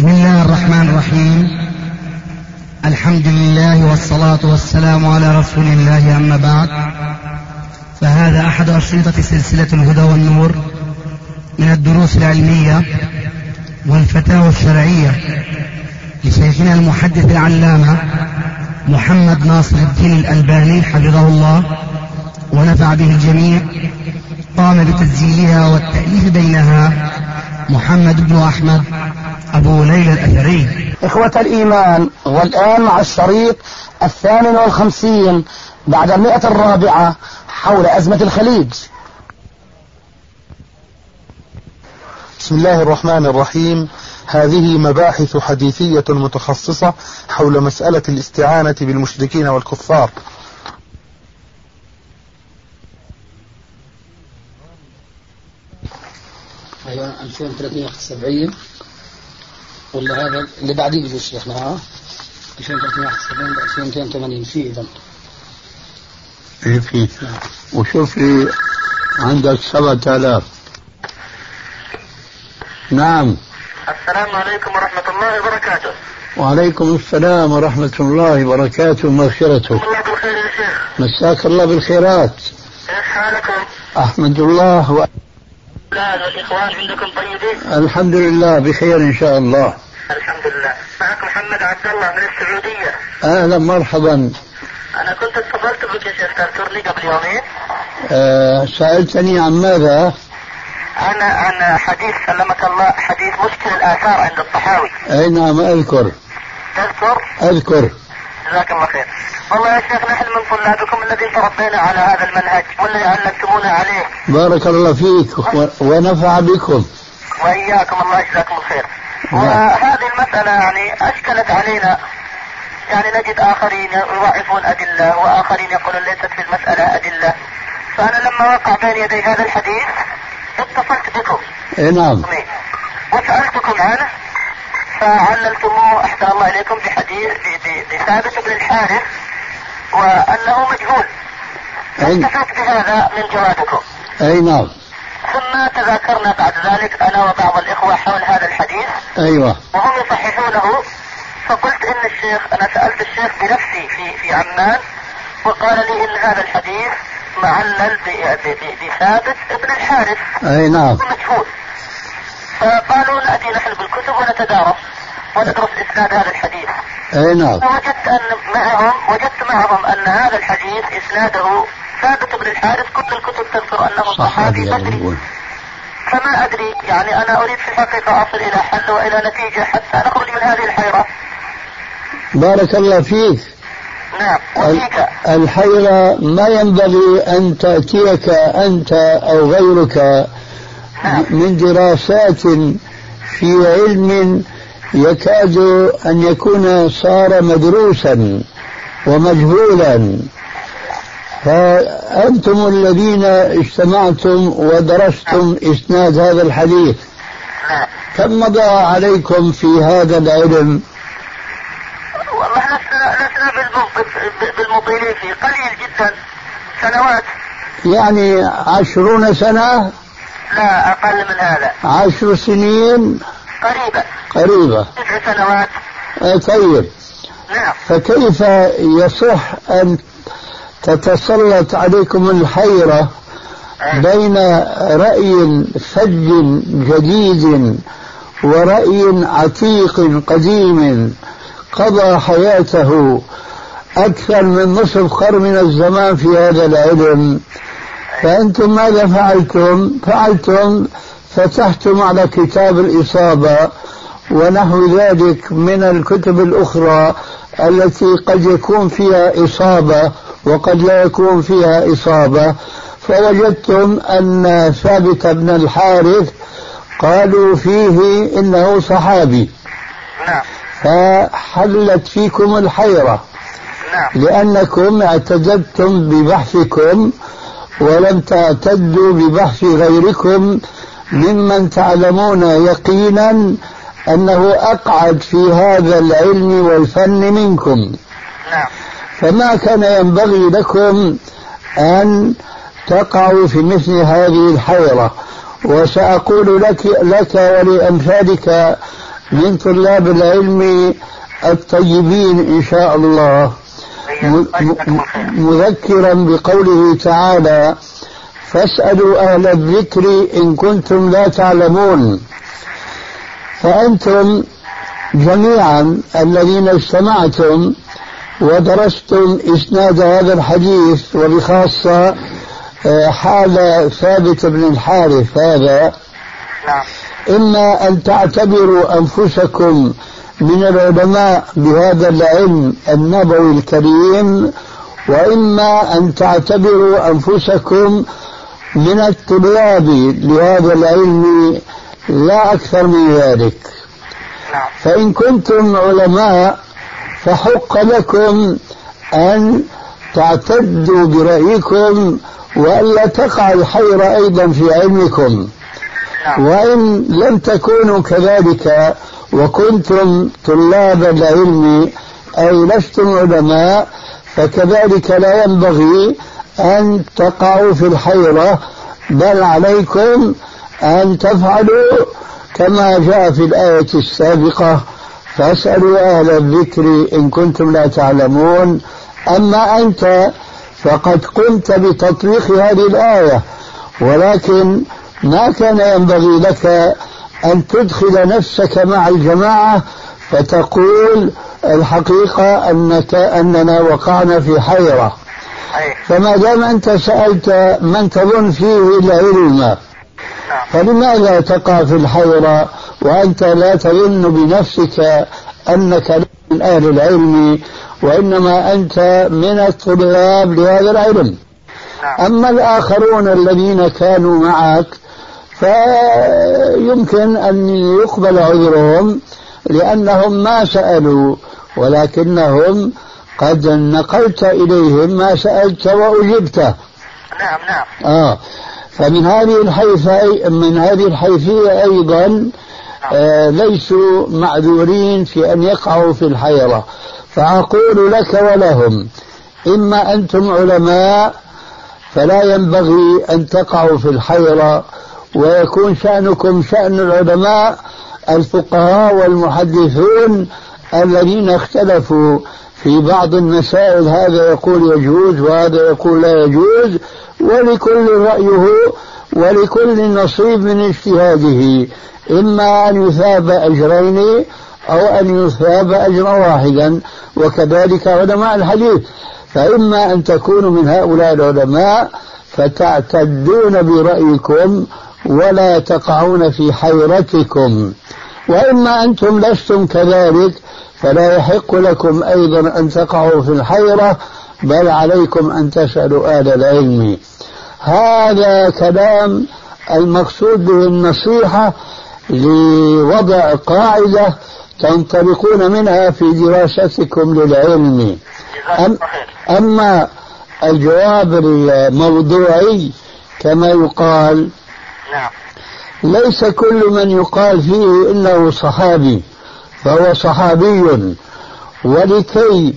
بسم الله الرحمن الرحيم. الحمد لله والصلاة والسلام على رسول الله، أما بعد، فهذا أحد أشرطة سلسلة الهدى والنور من الدروس العلمية والفتاوى الشرعية لشيخنا المحدث العلامة محمد ناصر الدين الألباني حفظه الله ونفع به الجميع. قام بتسجيلها والتأليف بينها محمد بن أحمد أبو ليلى الأثري. إخوة الإيمان، والآن مع الشريط 58 بعد 100 حول أزمة الخليج. بسم الله الرحمن الرحيم. هذه مباحث حديثية متخصصة حول مسألة الاستعانة بالمشركين والكفار. أيوة 2371 ولا هذا اللي بعديه بجوز شيخنا 2371 2280 في إذن ايه في وشوف لي عندك 7000. نعم. السلام عليكم ورحمة الله وبركاته. وعليكم السلام ورحمة الله وبركاته ومغفرته. الله بالخير يا شيخ. مساك الله بالخيرات. كيف حالكم؟ أحمد الله الإخوان عندكم طيبين؟ الحمد لله بخير إن شاء الله. الحمد لله. معك محمد عبد الله من السعودية. أهلا مرحبا. أنا كنت اتصلت بك يا شيخ تذكرني قبل يومين. سألتني عن ماذا؟ عن حديث سلمك الله، حديث مشكل الآثار عند الطحاوي. أي نعم أذكر. تذكر؟ أذكر. جزاك الله خير. والله يا شيخ نحن من طلابكم الذين تربينا على هذا المنهج والذي علمتمونا عليه. بارك الله فيك ونفع بكم. وإياكم، الله يجزاكم الخير. وهذه المسألة يعني أشكلت علينا، يعني نجد آخرين يضعفون أدلة وآخرين يقولون ليست في المسألة أدلة. فأنا لما وقع بين يدي هذا الحديث اتصلت بكم. نعم. وسألتكم عنه فعللتموه أحسن الله إليكم بحديث بثابت بن الحارث وأنه مجهول. استفدت بهذا من جوابكم. أي نعم. ثم تذاكرنا بعد ذلك أنا وبعض الإخوة حول هذا الحديث. أيوة. وهم يصححونه. فقلت إن الشيخ، أنا سألت الشيخ بنفسي في عمان وقال لي إن هذا الحديث معلل بثابت ابن الحارث. أي نعم. مجهول. فقالوا نأتي نحن بالكتب ونتدارس وندرس إسناد هذا الحديث. أي نعم. وجدت معهم أن هذا الحديث إسناده ثابت بن الحارث، كل الكتب تذكر أنه صحابي بدري. فما أدري، يعني أنا أريد في الحقيقة أصل إلى حل وإلى نتيجة حتى نخرج من هذه الحيرة. بارك الله فيك. نعم. وفيك. الحيرة ما ينبغي أن تأتيك أنت أو غيرك من دراسات في علم يكاد أن يكون صار مدروسا ومجهولا. فأنتم الذين اجتمعتم ودرستم إسناد هذا الحديث، كم مضى عليكم في هذا العلم؟ والله لسنا بالمطيلين فيه، قليل جدا، سنوات. يعني 20 سنة؟ لا، أقل من هذا. 10 سنين؟ قريبة. 9 سنوات. طيب. نعم. فكيف يصح أن تتسلط عليكم الحيرة بين رأي فج جديد ورأي عتيق قديم قضى حياته أكثر من نصف قرن من الزمان في هذا العلم؟ فأنتم ماذا فعلتم فتحتم على كتاب الإصابة ونحو ذلك من الكتب الأخرى التي قد يكون فيها إصابة وقد لا يكون فيها إصابة، فوجدتم أن ثابت بن الحارث قالوا فيه إنه صحابي. نعم. فحلت فيكم الحيرة. نعم. لأنكم اعتدتم ببحثكم ولم تعتدوا ببحث غيركم ممن تعلمون يقينا أنه أقعد في هذا العلم والفن منكم. نعم. فما كان ينبغي لكم أن تقعوا في مثل هذه الحيرة. وسأقول لك ولأمثالك من طلاب العلم الطيبين إن شاء الله، مذكرا بقوله تعالى: فاسألوا أهل الذكر إن كنتم لا تعلمون. فأنتم جميعا الذين اجتمعتم ودرستم إسناد هذا الحديث، وبخاصة حال ثابت بن الحارث هذا، إما أن تعتبروا أنفسكم من العلماء بهذا العلم النبوي الكريم، وإما أن تعتبروا أنفسكم من الطلاب لهذا العلم لا أكثر من ذلك. فإن كنتم علماء فحق لكم أن تعتدوا برأيكم وألا تقع الحيرة أيضا في علمكم. وإن لم تكونوا كذلك وكنتم طلاب العلم أي لستم علماء، فكذلك لا ينبغي أن تقعوا في الحيرة، بل عليكم أن تفعلوا كما جاء في الآية السابقة: فاسألوا أهل الذكر إن كنتم لا تعلمون. أما أنت فقد قمت بتطبيق هذه الآية، ولكن ما كان ينبغي لك أن تدخل نفسك مع الجماعة فتقول الحقيقة أننا وقعنا في حيرة. فما دام أنت سألت من تظن فيه العلم، فلماذا تقع في الحيرة وأنت لا تظن بنفسك أنك من أهل العلم، وإنما أنت من الطلاب لهذا العلم؟ أما الآخرون الذين كانوا معك فيمكن أن يقبل عذرهم لأنهم ما سألوا، ولكنهم قد نقلت إليهم ما سألت وأجبته. نعم. فمن هذه الحيثية أيضا ليسوا معذورين في أن يقعوا في الحيرة. فأقول لك ولهم: إما أنتم علماء فلا ينبغي أن تقعوا في الحيرة، ويكون شأنكم شأن العلماء الفقهاء والمحدثون الذين اختلفوا في بعض المسائل، هذا يقول يجوز وهذا يقول لا يجوز، ولكل رأيه ولكل نصيب من اجتهاده، إما أن يثاب أجرين أو أن يثاب أجرا واحدا. وكذلك علماء الحديث، فإما أن تكونوا من هؤلاء العلماء فتعتدون برأيكم ولا تقعون في حيرتكم، وإما أنتم لستم كذلك فلا يحق لكم أيضا أن تقعوا في الحيرة، بل عليكم أن تسألوا أهل العلم. هذا كلام المقصود به النصيحة لوضع قاعدة تنطلقون منها في دراستكم للعلم. أما الجواب الموضوعي كما يقال، ليس كل من يقال فيه إنه صحابي فهو صحابي. ولكي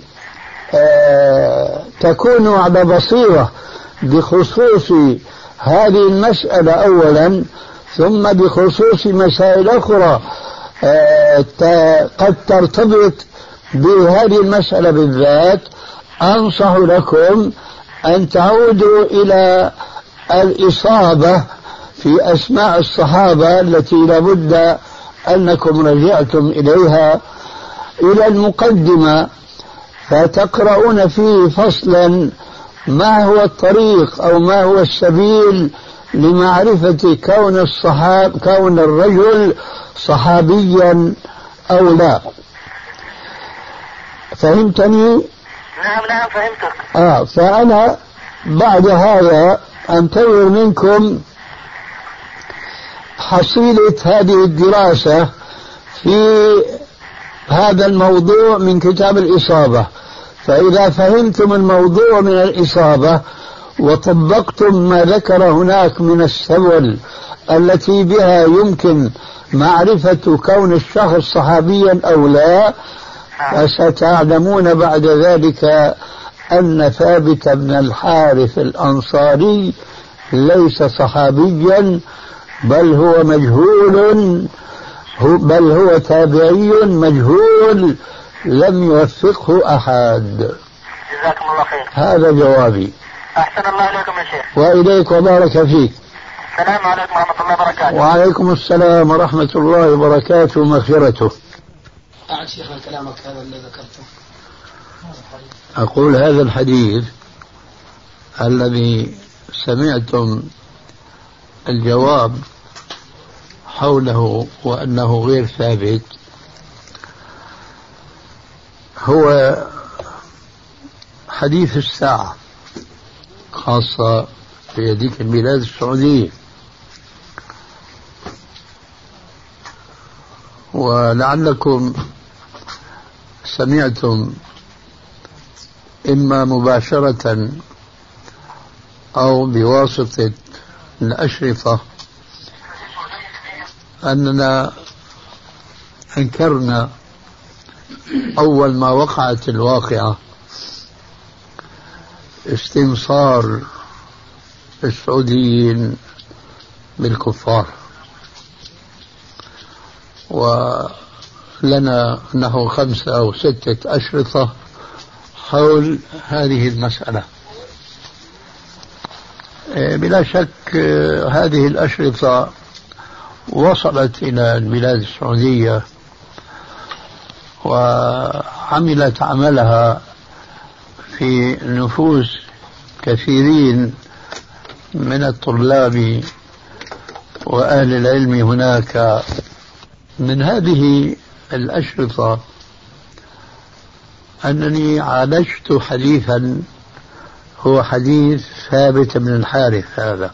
تكونوا على بصيرة بخصوص هذه المسألة أولا، ثم بخصوص مسائل أخرى قد ترتبط بهذه المسألة بالذات، أنصح لكم أن تعودوا إلى الإصابة في أسماء الصحابة التي لابد أنكم رجعتم إليها، إلى المقدمة، فتقرؤون فيه فصلا ما هو الطريق أو ما هو السبيل لمعرفة كون الرجل صحابيا أو لا. فهمتني؟ نعم فهمتك. فأنا بعد هذا أنتظر منكم حصيلة هذه الدراسة في هذا الموضوع من كتاب الإصابة. فإذا فهمتم الموضوع من الإصابة وطبقتم ما ذكر هناك من السبل التي بها يمكن معرفة كون الشخص صحابيا أو لا، فستعلمون بعد ذلك أن ثابت بن الحارث الأنصاري ليس صحابيا، بل هو مجهول بل هو تابعي مجهول لم يوثقه أحد. جزاكم الله خير. هذا جوابي. أحسن الله إليكم يا شيخ. وإليك وبارك فيك. السلام عليكم ورحمة الله وبركاته. وعليكم السلام ورحمة الله وبركاته ومغفرته. أعد شيخنا كلامك هذا اللي ذكرته. أقول هذا الحديث الذي سمعتم الجواب حوله وأنه غير ثابت هو حديث الساعة، خاصة في هذيك البلاد السعودية. ولعلكم سمعتم إما مباشرة أو بواسطة الأشرطة أننا أنكرنا أول ما وقعت الواقعة استنصار السعوديين بالكفار، ولنا نحو 5 أو 6 أشرطة حول هذه المسألة. بلا شك هذه الأشرطة وصلت إلى البلاد السعودية وعملت عملها في نفوس كثيرين من الطلاب وأهل العلم هناك. من هذه الأشرطة أنني عالجت حديثا هو حديث ثابت بن الحارث هذا،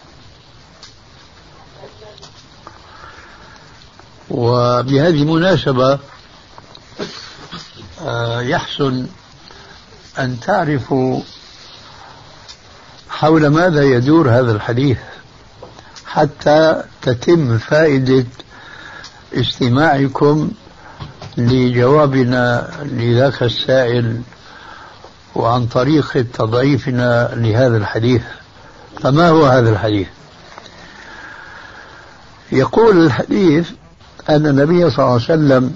وبهذه المناسبة يحسن أن تعرفوا حول ماذا يدور هذا الحديث حتى تتم فائدة استماعكم لجوابنا لذاك السائل وعن طريق تضعيفنا لهذا الحديث. فما هو هذا الحديث؟ يقول الحديث أن النبي صلى الله عليه وسلم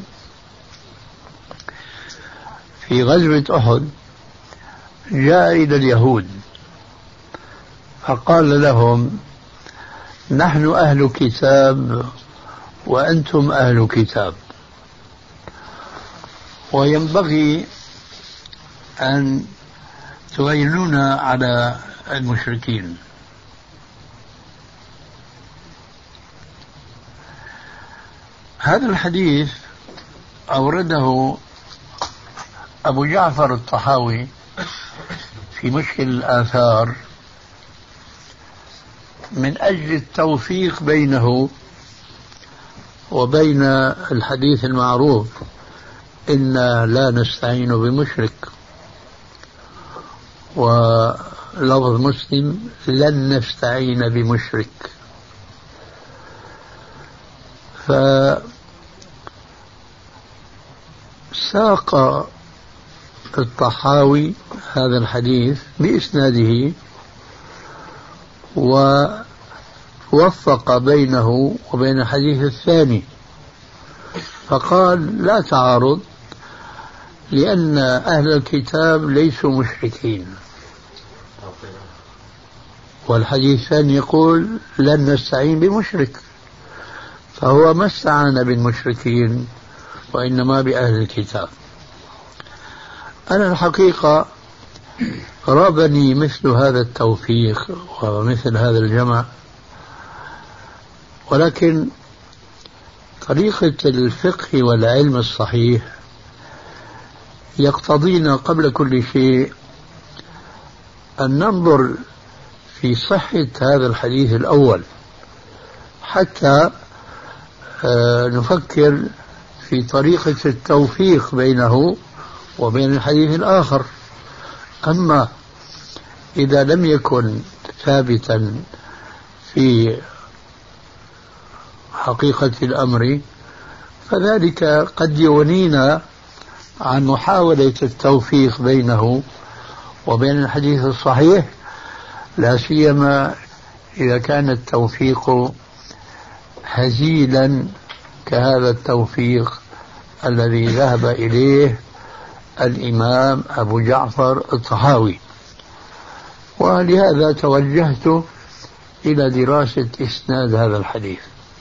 في غزوة أحد جاء إلى اليهود فقال لهم: نحن أهل كتاب وأنتم أهل كتاب، وينبغي أن تعينونا على المشركين. هذا الحديث أورده أبو جعفر الطحاوي في مشكل الآثار من أجل التوفيق بينه وبين الحديث المعروف: إنا لا نستعين بمشرك، ولفظ مسلم: لن نستعين بمشرك. فساق الطحاوي هذا الحديث بإسناده ووفق بينه وبين الحديث الثاني، فقال: لا تعارض، لأن أهل الكتاب ليسوا مشركين، والحديث الثاني يقول: لن نستعين بمشرك، فهو ما استعان بالمشركين وإنما بأهل الكتاب. أنا الحقيقة رابني مثل هذا التوفيق ومثل هذا الجمع، ولكن طريقة الفقه والعلم الصحيح يقتضينا قبل كل شيء أن ننظر في صحة هذا الحديث الأول حتى نفكر في طريقة التوفيق بينه وبين الحديث الآخر. أما إذا لم يكن ثابتا في حقيقة الأمر فذلك قد يغنينا عن محاولة التوفيق بينه وبين الحديث الصحيح، لا سيما إذا كان التوفيق هزيلا كهذا التوفيق الذي ذهب إليه الإمام أبو جعفر الطحاوي. ولهذا توجهت إلى دراسة إسناد هذا الحديث،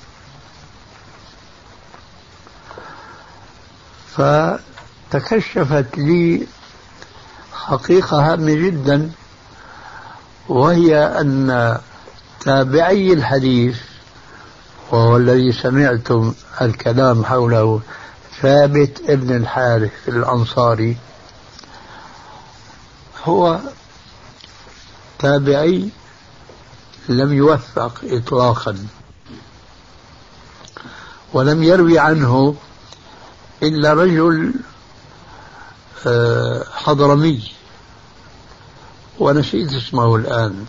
فتكشفت لي حقيقة هامة جدا، وهي أن تابعي الحديث، وهو الذي سمعتم الكلام حوله، ثابت ابن الحارث الأنصاري، هو تابعي لم يوثق إطلاقا، ولم يروي عنه إلا رجل حضرمي ونسيت اسمه الآن.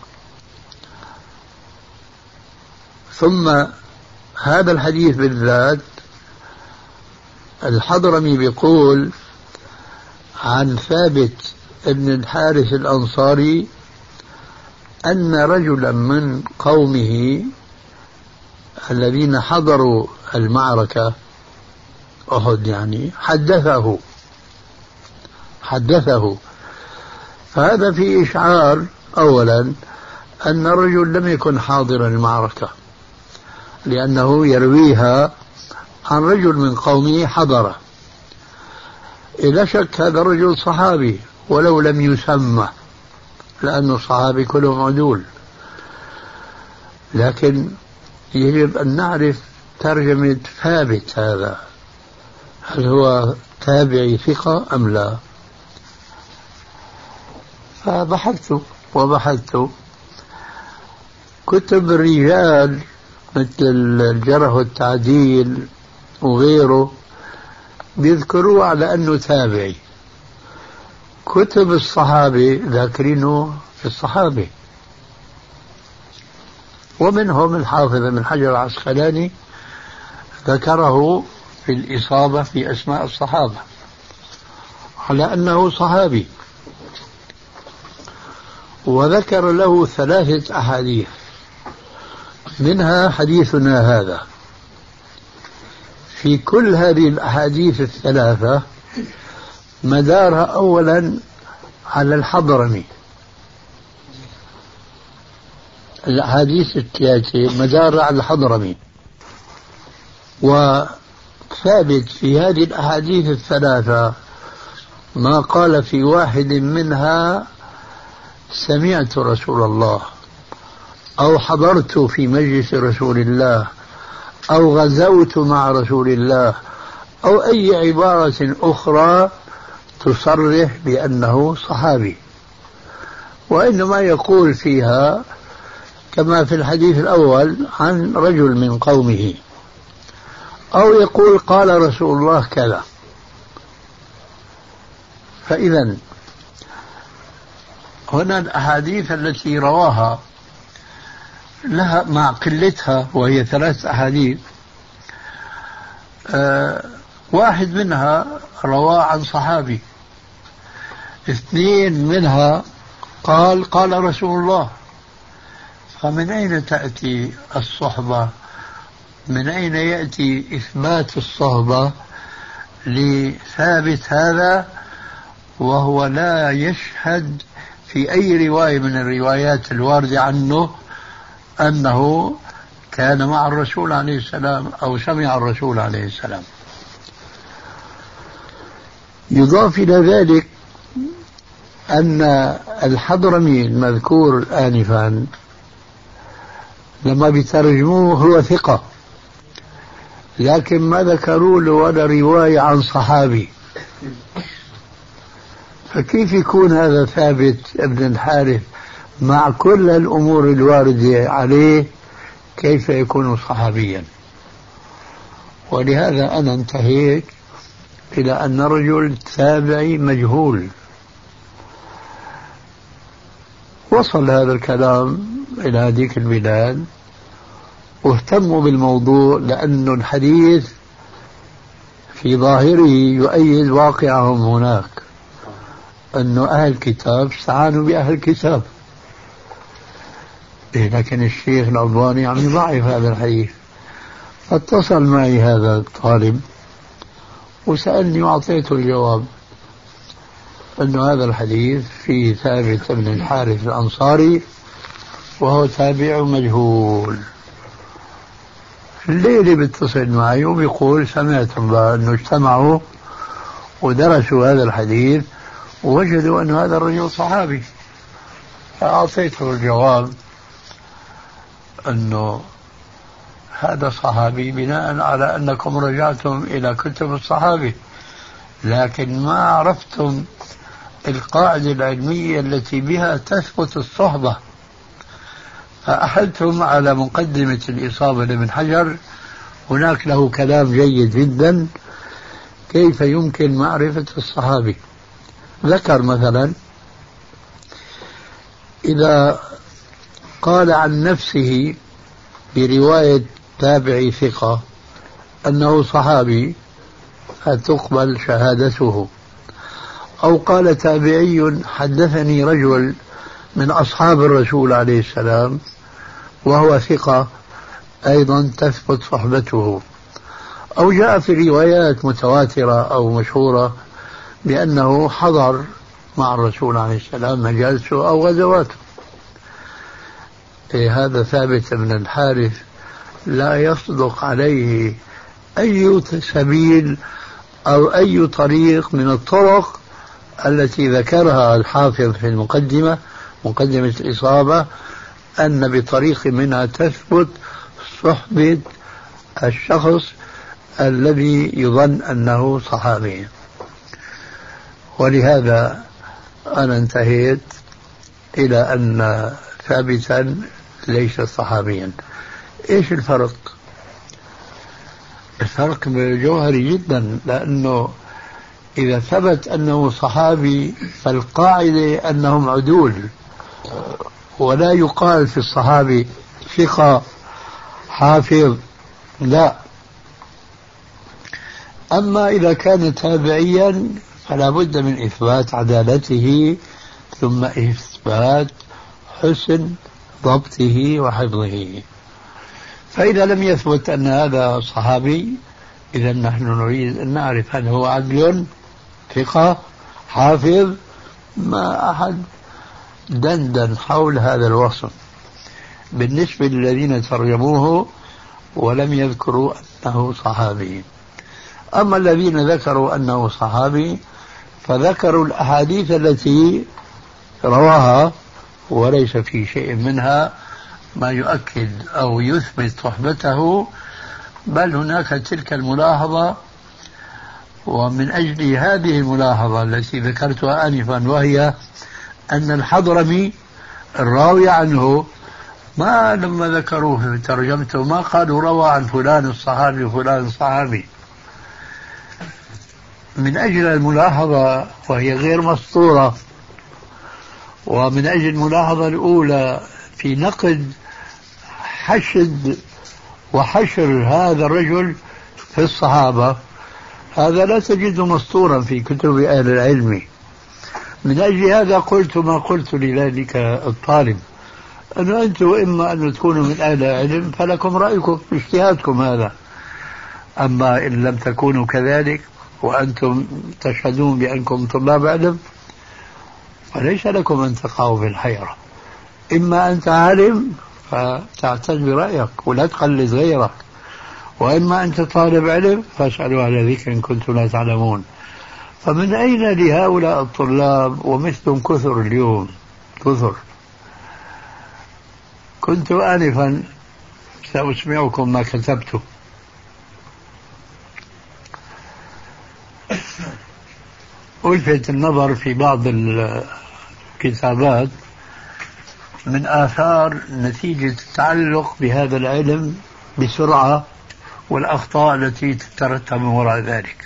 ثم هذا الحديث بالذات الحضرمي بيقول عن ثابت ابن الحارث الأنصاري أن رجلا من قومه الذين حضروا المعركة أحد يعني حدثه. فهذا في إشعار أولا أن الرجل لم يكن حاضرا المعركة، لأنه يرويها عن رجل من قومه حضر. إلا شك هذا الرجل صحابي ولو لم يسمى، لأنه الصحابي كلهم عدول، لكن يجب أن نعرف ترجمة ثابت هذا، هل هو تابعي ثقة أم لا؟ فبحثت كتب الرجال مثل الجرح والتعديل وغيره بيذكروه على أنه تابعي. كتب الصحابة ذاكرينه في الصحابة، ومنهم الحافظ ابن حجر العسقلاني ذكره في الإصابة في أسماء الصحابة على أنه صحابي، وذكر له 3 أحاديث، منها حديثنا هذا. في كل هذه الأحاديث 3 مدارها أولا على الحضرمي، الأحاديث 3 مدارها على الحضرمي. وثابت في هذه الأحاديث 3 ما قال في واحد منها سمعت رسول الله، أو حضرت في مجلس رسول الله، أو غزوت مع رسول الله، أو أي عبارة أخرى تصرح بأنه صحابي، وإنما يقول فيها كما في الحديث الأول عن رجل من قومه، أو يقول قال رسول الله كذا. فإذا هنا الأحاديث التي رواها لها مع قلتها، وهي 3 أحاديث، واحد منها رواه عن صحابي، 2 منها قال رسول الله. فمن أين تأتي الصحبة؟ من أين يأتي إثبات الصحبة لثابت هذا وهو لا يشهد في أي رواية من الروايات الواردة عنه أنه كان مع الرسول عليه السلام أو سمع الرسول عليه السلام؟ يضاف إلى ذلك أن الحضرمي المذكور آنفا لما بيترجموه هو ثقة، لكن ما ذكروا له ولا رواية عن صحابي، فكيف يكون هذا ثابت ابن الحارث مع كل الأمور الواردة عليه كيف يكون صحابيا؟ ولهذا أنا انتهيت إلى أن رجل تابعي مجهول. وصل هذا الكلام إلى هذيك البلاد واهتموا بالموضوع، لأن الحديث في ظاهره يؤيد واقعهم هناك، أن أهل الكتاب استعانوا بأهل الكتاب. لكن الشيخ الألباني عم يضعف هذا الحديث، اتصل معي هذا الطالب وسألني وأعطيته الجواب أن هذا الحديث فيه ثابت بن الحارث الأنصاري وهو تابع مجهول. الليلة بيتصل معي وبيقول سمعتم أنه اجتمعوا ودرسوا هذا الحديث ووجدوا أن هذا الرجل صحابي. فأعطيته الجواب أنه هذا صحابي بناء على أنكم رجعتم إلى كتب الصحابي، لكن ما عرفتم القاعدة العلمية التي بها تثبت الصحبة. فأحلتم على مقدمة الإصابة لابن حجر، هناك له كلام جيد جدا كيف يمكن معرفة الصحابي. ذكر مثلا إذا قال عن نفسه برواية تابعي ثقة أنه صحابي فتقبل شهادته، أو قال تابعي حدثني رجل من أصحاب الرسول عليه السلام وهو ثقة أيضا تثبت صحبته، أو جاء في روايات متواترة أو مشهورة بأنه حضر مع الرسول عليه السلام مجالسه أو غزواته. هذا ثابت من الحارث لا يصدق عليه أي سبيل أو أي طريق من الطرق التي ذكرها الحافظ في المقدمة، مقدمة الإصابة، أن بطريق منها تثبت صحبة الشخص الذي يظن أنه صحابي. ولهذا أنا انتهيت إلى أن ثابتا ليس صحابيا. إيش الفرق؟ الفرق جوهري جدا، لأنه إذا ثبت أنه صحابي فالقاعدة أنهم عدول، ولا يقال في الصحابي ثقة حافظ، لا. أما إذا كان تابعيا فلا بد من إثبات عدالته ثم إثبات حسن ضبطه وحفظه. فإذا لم يثبت أن هذا صحابي إذا نحن نريد أن نعرف هل هو عدل ثقة حافظ. ما أحد دندن حول هذا الوصف بالنسبة للذين ترجموه ولم يذكروا أنه صحابي. أما الذين ذكروا أنه صحابي فذكروا الأحاديث التي رواها وليس في شيء منها ما يؤكد أو يثبت صحبته، بل هناك تلك الملاحظة. ومن أجل هذه الملاحظة التي ذكرتها آنفا، وهي أن الحضرمي الراوي عنه ما لما ذكروه في ترجمته ما قالوا روى عن فلان الصحابي وفلان الصحابي، من أجل الملاحظة وهي غير مسطورة، ومن أجل الملاحظة الأولى في نقد حشد وحشر هذا الرجل في الصحابة، هذا لا تجده مسطورا في كتب أهل العلم. من أجل هذا قلت ما قلت لذلك الطالب، أنه أنتم إما أن تكونوا من أهل العلم فلكم رأيكم باجتهادكم هذا، أما إن لم تكونوا كذلك وأنتم تشهدون بأنكم طلاب علم فليس لكم أن تقعوا في الحيرة. إما أنت عالم فتعتد برأيك ولا تقلد غيرك، وإما أنت طالب علم فاسألوا على ذكر إن كنتم لا تعلمون. فمن أين لهؤلاء الطلاب ومثلهم كثر اليوم كثر. كنت آنفا سأسمعكم ما كتبته. ألفت النظر في بعض الكتابات من آثار نتيجة التعلق بهذا العلم بسرعة والأخطاء التي تترتب وراء ذلك.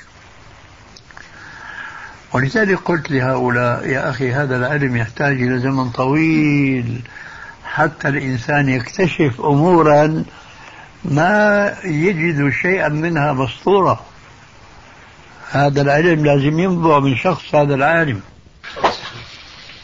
ولذلك قلت لهؤلاء يا أخي هذا العلم يحتاج إلى زمن طويل حتى الإنسان يكتشف أمورا ما يجد شيئا منها مسطورة. هذا العلم لازم ينبع من شخص هذا العالم.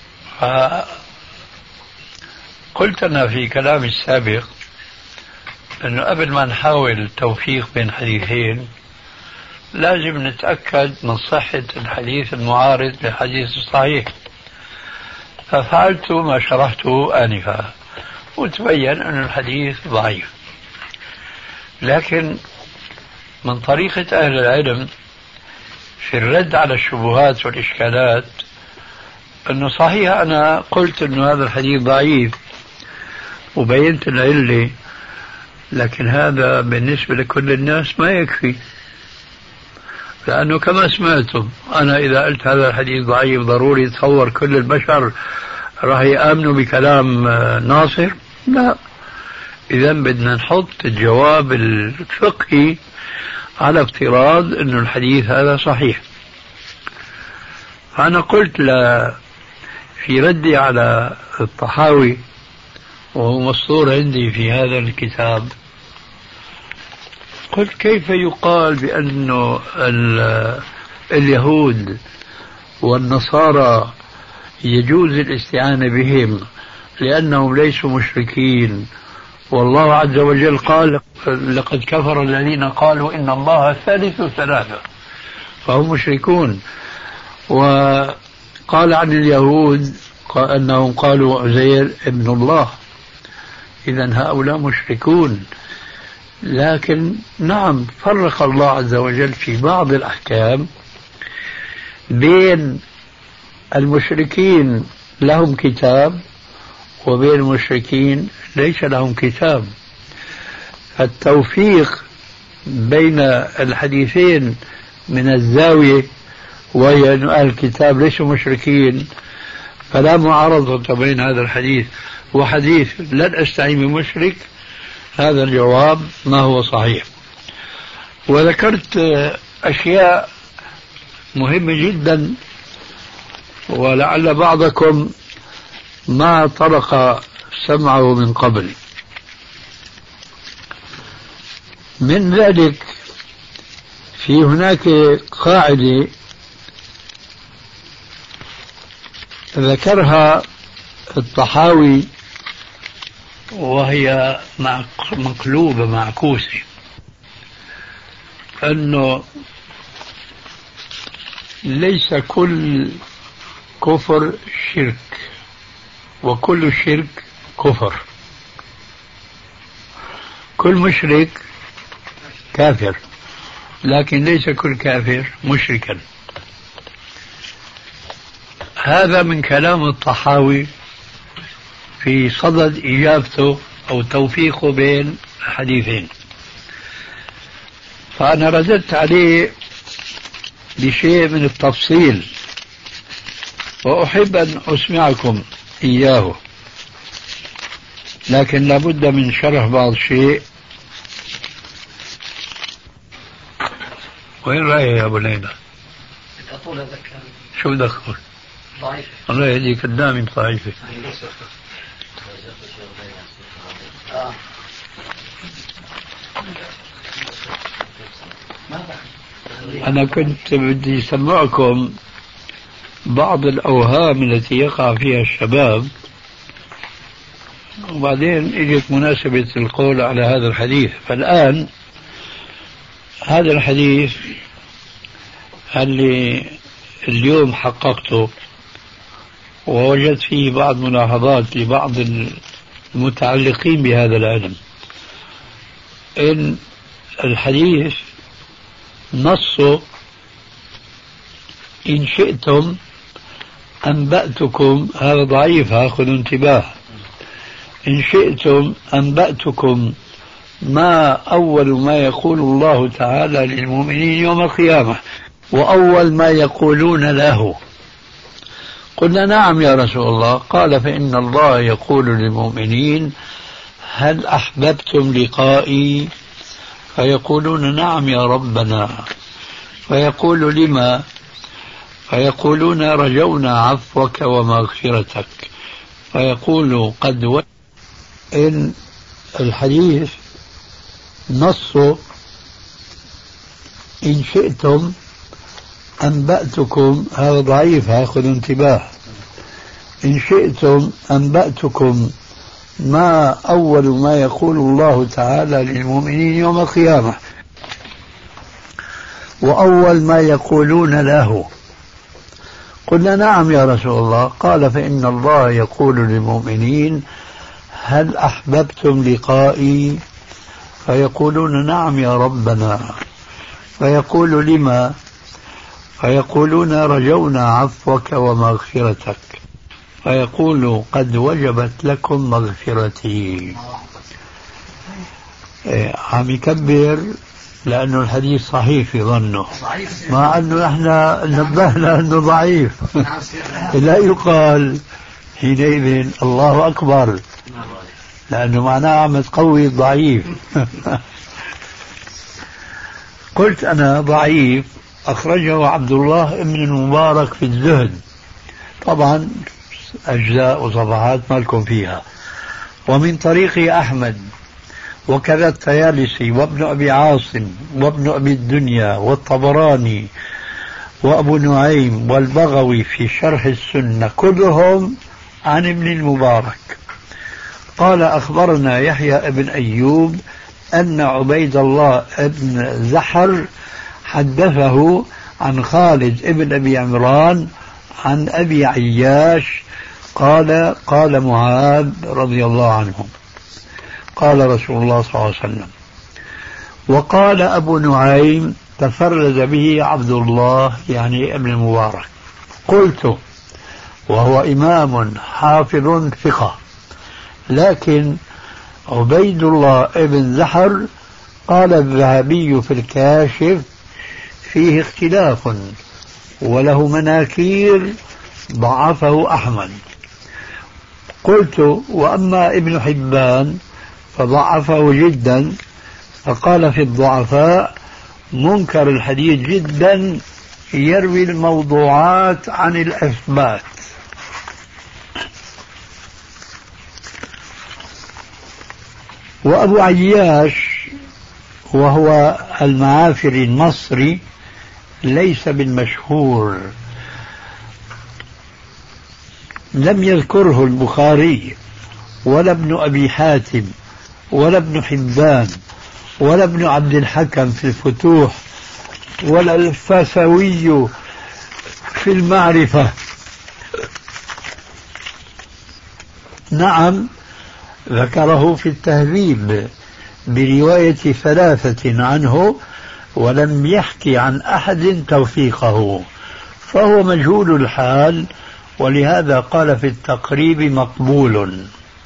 قلت أنا في كلامي السابق أنه قبل ما نحاول التوفيق بين حديثين لازم نتأكد من صحة الحديث المعارض للحديث الصحيح، ففعلت ما شرحته آنفا وتبين أن الحديث ضعيف. لكن من طريقة أهل العلم في الرد على الشبهات والإشكالات أنه صحيح أنا قلت أنه هذا الحديث ضعيف وبينت العلة، لكن هذا بالنسبة لكل الناس ما يكفي، لأنه كما سمعتم أنا إذا قلت هذا الحديث ضعيف ضروري يتصور كل البشر راح يآمنوا بكلام ناصر؟ لا. إذا بدنا نحط الجواب الفقهي على افتراض أن الحديث هذا صحيح. فأنا قلت في ردي على الطحاوي وهو مسطور عندي في هذا الكتاب، قلت كيف يقال بأن اليهود والنصارى يجوز الاستعانة بهم لأنهم ليسوا مشركين، والله عز وجل قال لقد كفر الذين قالوا إن الله ثالث ثلاثة، فهم مشركون. وقال عن اليهود أنهم قالوا عزير ابن الله، إذن هؤلاء مشركون. لكن نعم فرق الله عز وجل في بعض الأحكام بين المشركين لهم كتاب وبين المشركين ليس لهم كتاب. التوفيق بين الحديثين من الزاوية وهي أن أهل الكتاب ليسوا مشركين، فلا معارضة بين هذا الحديث وحديث لن أستعين بمشرك، هذا الجواب ما هو صحيح. وذكرت أشياء مهمة جدا ولعل بعضكم ما طرق سمعه من قبل. من ذلك في هناك قاعدة ذكرها الطحاوي وهي مقلوبة معكوسة، أنه ليس كل كفر شرك وكل شرك كفر، كل مشرك كافر لكن ليس كل كافر مشركا. هذا من كلام الطحاوي في صدد إجابته أو توفيقه بين حديثين، فأنا رددت عليه بشيء من التفصيل وأحب أن أسمعكم إياه، لكن لابد من شرح بعض الشيء. وين رايح يا أبو ليلى؟ أطول هذا الكلام. شو بدك تقول؟ ضعيف. الله يهديك قدامي ضعيفة. أنا كنت بدي أسمعكم بعض الأوهام التي يقع فيها الشباب، وبعدين اجت مناسبة القول على هذا الحديث. فالآن هذا الحديث اللي اليوم حققته ووجدت فيه بعض ملاحظات لبعض المتعلقين بهذا العلم، إن الحديث نصه إن شئتم أنبأتكم، هذا ضعيف خذوا انتباه، إن شئتم أنبأتكم ما أول ما يقول الله تعالى للمؤمنين يوم القيامة وأول ما يقولون له. قلنا نعم يا رسول الله. قال فإن الله يقول للمؤمنين هل أحببتم لقائي؟ فيقولون نعم يا ربنا. فيقول لما؟ فيقولون رجونا عفوك ومغفرتك. فيقول قد إن الحديث نصه إن شئتم أنبأتكم، هذا ضعيف خذوا انتباه، إن شئتم أنبأتكم ما أول ما يقول الله تعالى للمؤمنين يوم القيامة، وأول ما يقولون له. قلنا نعم يا رسول الله. قال فإن الله يقول للمؤمنين هل أحببتم لقائي؟ فيقولون نعم يا ربنا. فيقول لما؟ فيقولون رجونا عفوك ومغفرتك. فيقول قد وجبت لكم مغفرتي. عم يكبر لأنه الحديث صحيح في ظنه، مع أنه احنا نبهنا أنه ضعيف. لا يقال حينئذ الله أكبر، لأنه معناه عم تقوي الضعيف. قلت أنا ضعيف أخرجه عبد الله بن المبارك في الزهد، طبعا أجزاء وصفحات ما لكم فيها، ومن طريق أحمد، وكذا الطيالسي وابن أبي عاصم وابن أبي الدنيا والطبراني وأبو نعيم والبغوي في شرح السنة، كلهم عن ابن المبارك. قال أخبرنا يحيى ابن أيوب أن عبيد الله ابن زحر حدثه عن خالد ابن أبي عمران عن أبي عياش قال قال معاذ رضي الله عنه قال رسول الله صلى الله عليه وسلم. وقال أبو نعيم تفرد به عبد الله يعني ابن المبارك. قلت وهو إمام حافظ ثقة، لكن عبيد الله ابن زحر قال الذهبي في الكاشف فيه اختلاف وله مناكير ضعفه أحمد. قلت وأما ابن حبان فضعفه جدا، فقال في الضعفاء منكر الحديث جدا يروي الموضوعات عن الأثبات. وأبو عياش وهو المعافري المصري ليس بالمشهور، لم يذكره البخاري ولا ابن أبي حاتم ولا ابن حبان ولا ابن عبد الحكم في الفتوح ولا الفاسوي في المعرفة. نعم ذكره في التهذيب برواية 3 عنه، ولم يحكي عن أحد توثيقه، فهو مجهول الحال، ولهذا قال في التقريب مقبول،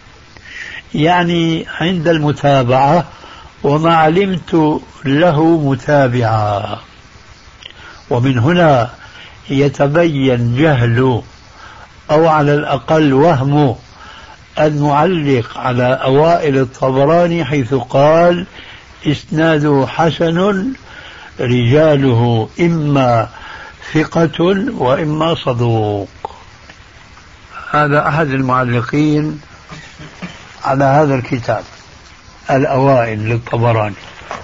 يعني عند المتابعة، وما علمت له متابعا. ومن هنا يتبين جهل أو على الأقل وهم المعلق على أوائل الطبراني حيث قال إسناده حسن رجاله إما ثقة وإما صدوق. هذا أحد المعلقين على هذا الكتاب الأوائل للطبراني،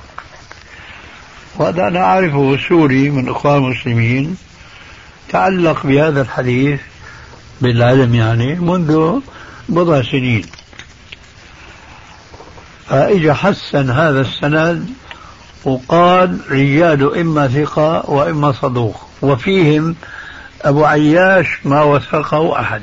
وهذا أنا أعرفه سوري من إخوان المسلمين تعلق بهذا الحديث بالعلم يعني منذ بضع سنين، فإجا حسن هذا السند وقال رجال إما ثقة وإما صدوق، وفيهم أبو عياش ما وثقه أحد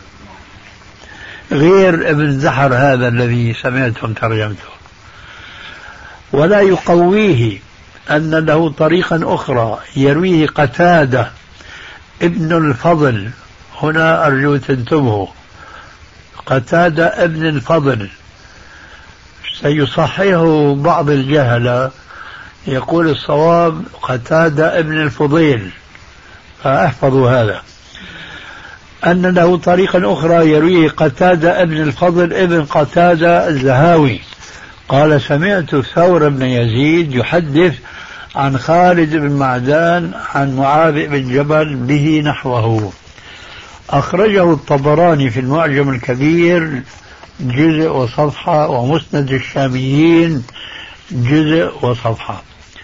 غير ابن زحر هذا الذي سمعتم ترجمته. ولا يقويه أن له طريقا أخرى يرويه قتادة ابن الفضل. هنا أرجو تنتبهوا، قتادة ابن الفضل سيصححه بعض الجهلة، يقول الصواب قتادة ابن الفضيل، فاحفظوا هذا، أن له طريقا أخرى يرويه قتادة ابن الفضل ابن قتادة الزهاوي قال سمعت ثور بن يزيد يحدث عن خالد بن معدان عن معاذ بن جبل به نحوه. أخرجه الطبراني في المعجم الكبير جزء وصفحة، ومسند الشاميين جزء وصفحة.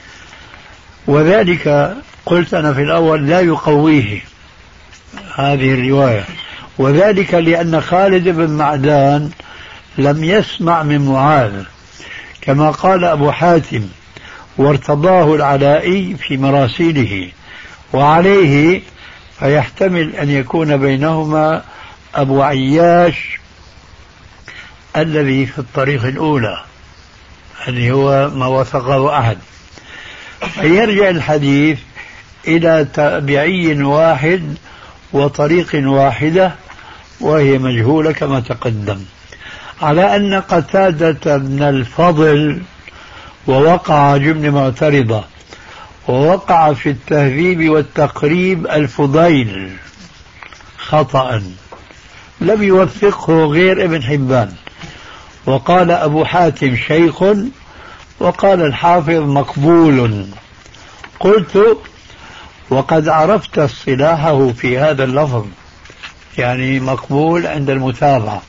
وذلك قلت أنا في الأول لا يقويه هذه الرواية، وذلك لأن خالد بن معدان لم يسمع من معاذ، كما قال أبو حاتم وارتضاه العلائي في مراسيله، وعليه فيحتمل أن يكون بينهما أبو عياش الذي في الطريق الأولى اللي هو ما وثقه أحد، فيرجع الحديث إلى تابعي واحد وطريق واحدة وهي مجهولة كما تقدم، على أن قتادة بن الفضل ووقع جبن معترضة، ووقع في التهذيب والتقريب الفضيل خطأ لم يوثقه غير ابن حبان، وقال أبو حاتم شيخ، وقال الحافظ مقبول. قلت وقد عرفت اصطلاحه في هذا اللفظ، يعني مقبول عند المتابعة،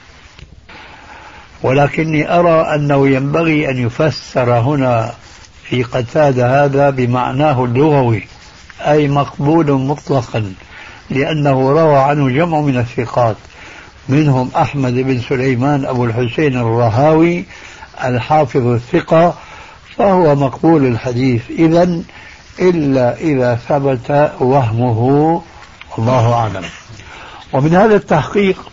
ولكني أرى أنه ينبغي أن يفسر هنا في قتادة هذا بمعناه اللغوي، أي مقبول مطلقا، لأنه روى عنه جمع من الثقات، منهم أحمد بن سليمان أبو الحسين الرهاوي الحافظ الثقة، فهو مقبول الحديث إذن، إلا إذا ثبت وهمه، والله أعلم. ومن هذا التحقيق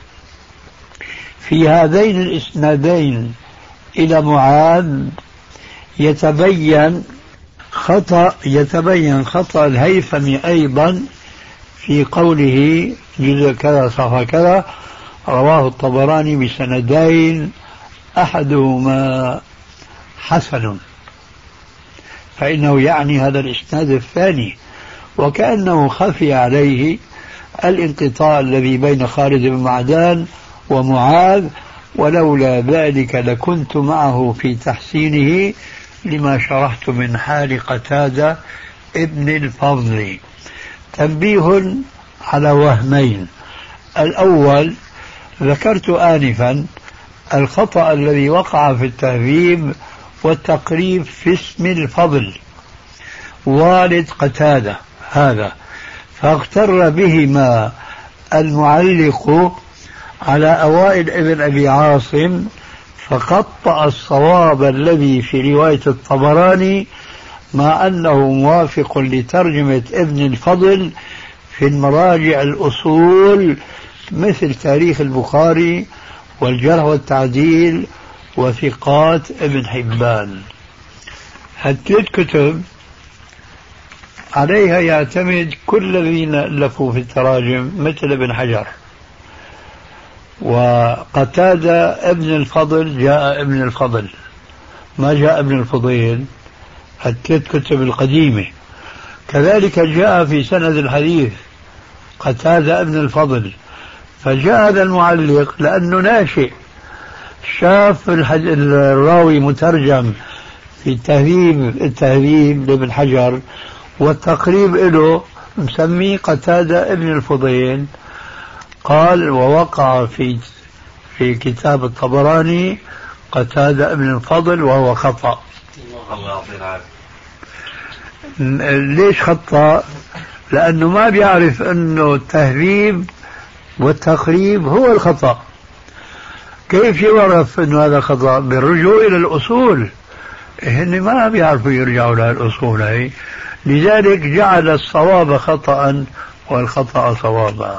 في هذين الإسنادين إلى معاذ يتبين خطأ الهيثمي أيضا في قوله جزء كذا صفحة كذا رواه الطبراني بسندين أحدهما حسن، فإنه يعني هذا الإسناد الثاني، وكأنه خفي عليه الانقطاع الذي بين خالد بن معدان ومعاذ، ولولا ذلك لكنت معه في تحسينه لما شرحت من حال قتادة ابن الفضل. تنبيه على وهمين: الأول ذكرت آنفا الخطأ الذي وقع في التهذيب والتقريب في اسم الفضل والد قتادة هذا، فاغتر بهما المعلق على أوائل ابن أبي عاصم، فقطع الصواب الذي في رواية الطبراني، مع أنه موافق لترجمة ابن الفضل في المراجع الأصول مثل تاريخ البخاري والجرح والتعديل وثقات ابن حبان. هالثلاث كتب عليها يعتمد كل الذين ألفوا في التراجم مثل ابن حجر. وقتادة ابن الفضل جاء ابن الفضل، ما جاء ابن الفضيل، الثلاث كتب القديمة. كذلك جاء في سند الحديث قتادة ابن الفضل، فجاء هذا المعلق لأنه ناشئ، شاف الراوي مترجم في التهذيب لابن حجر، والتقريب له مسميه قتادة ابن الفضيل، قال ووقع في كتاب الطبراني قتادة ابن الفضل وهو خطأ. ليش خطأ؟ لأنه ما بيعرف أنه التهذيب والتقريب هو الخطأ. كيف يعرف أنه هذا خطأ؟ بالرجوع إلى الأصول، هن ما بيعرفوا يرجعوا لها الأصول هي، لذلك جعل الصواب خطأ والخطأ صوابا.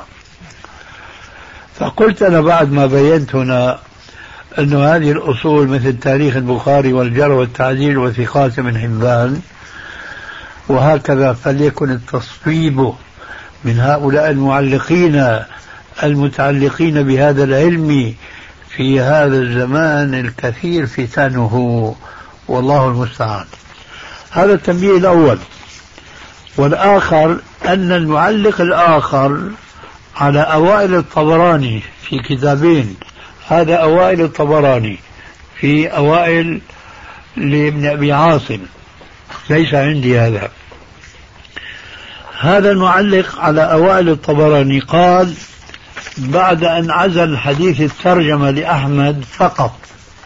فقلت أنا بعد ما بينت هنا أن هذه الأصول مثل تاريخ البخاري والجرح والتعديل وثقات من حبان وهكذا، فليكن التصويب من هؤلاء المعلقين المتعلقين بهذا العلم في هذا الزمان الكثير فتنه، والله المستعان. هذا التنبيه الأول. والآخر أن المعلق الآخر على أوائل الطبراني في كتابين، هذا أوائل الطبراني في أوائل لابن أبي عاصم، ليس عندي هذا المعلق على أوائل الطبراني قال بعد أن عزل حديث الترجمة لأحمد فقط،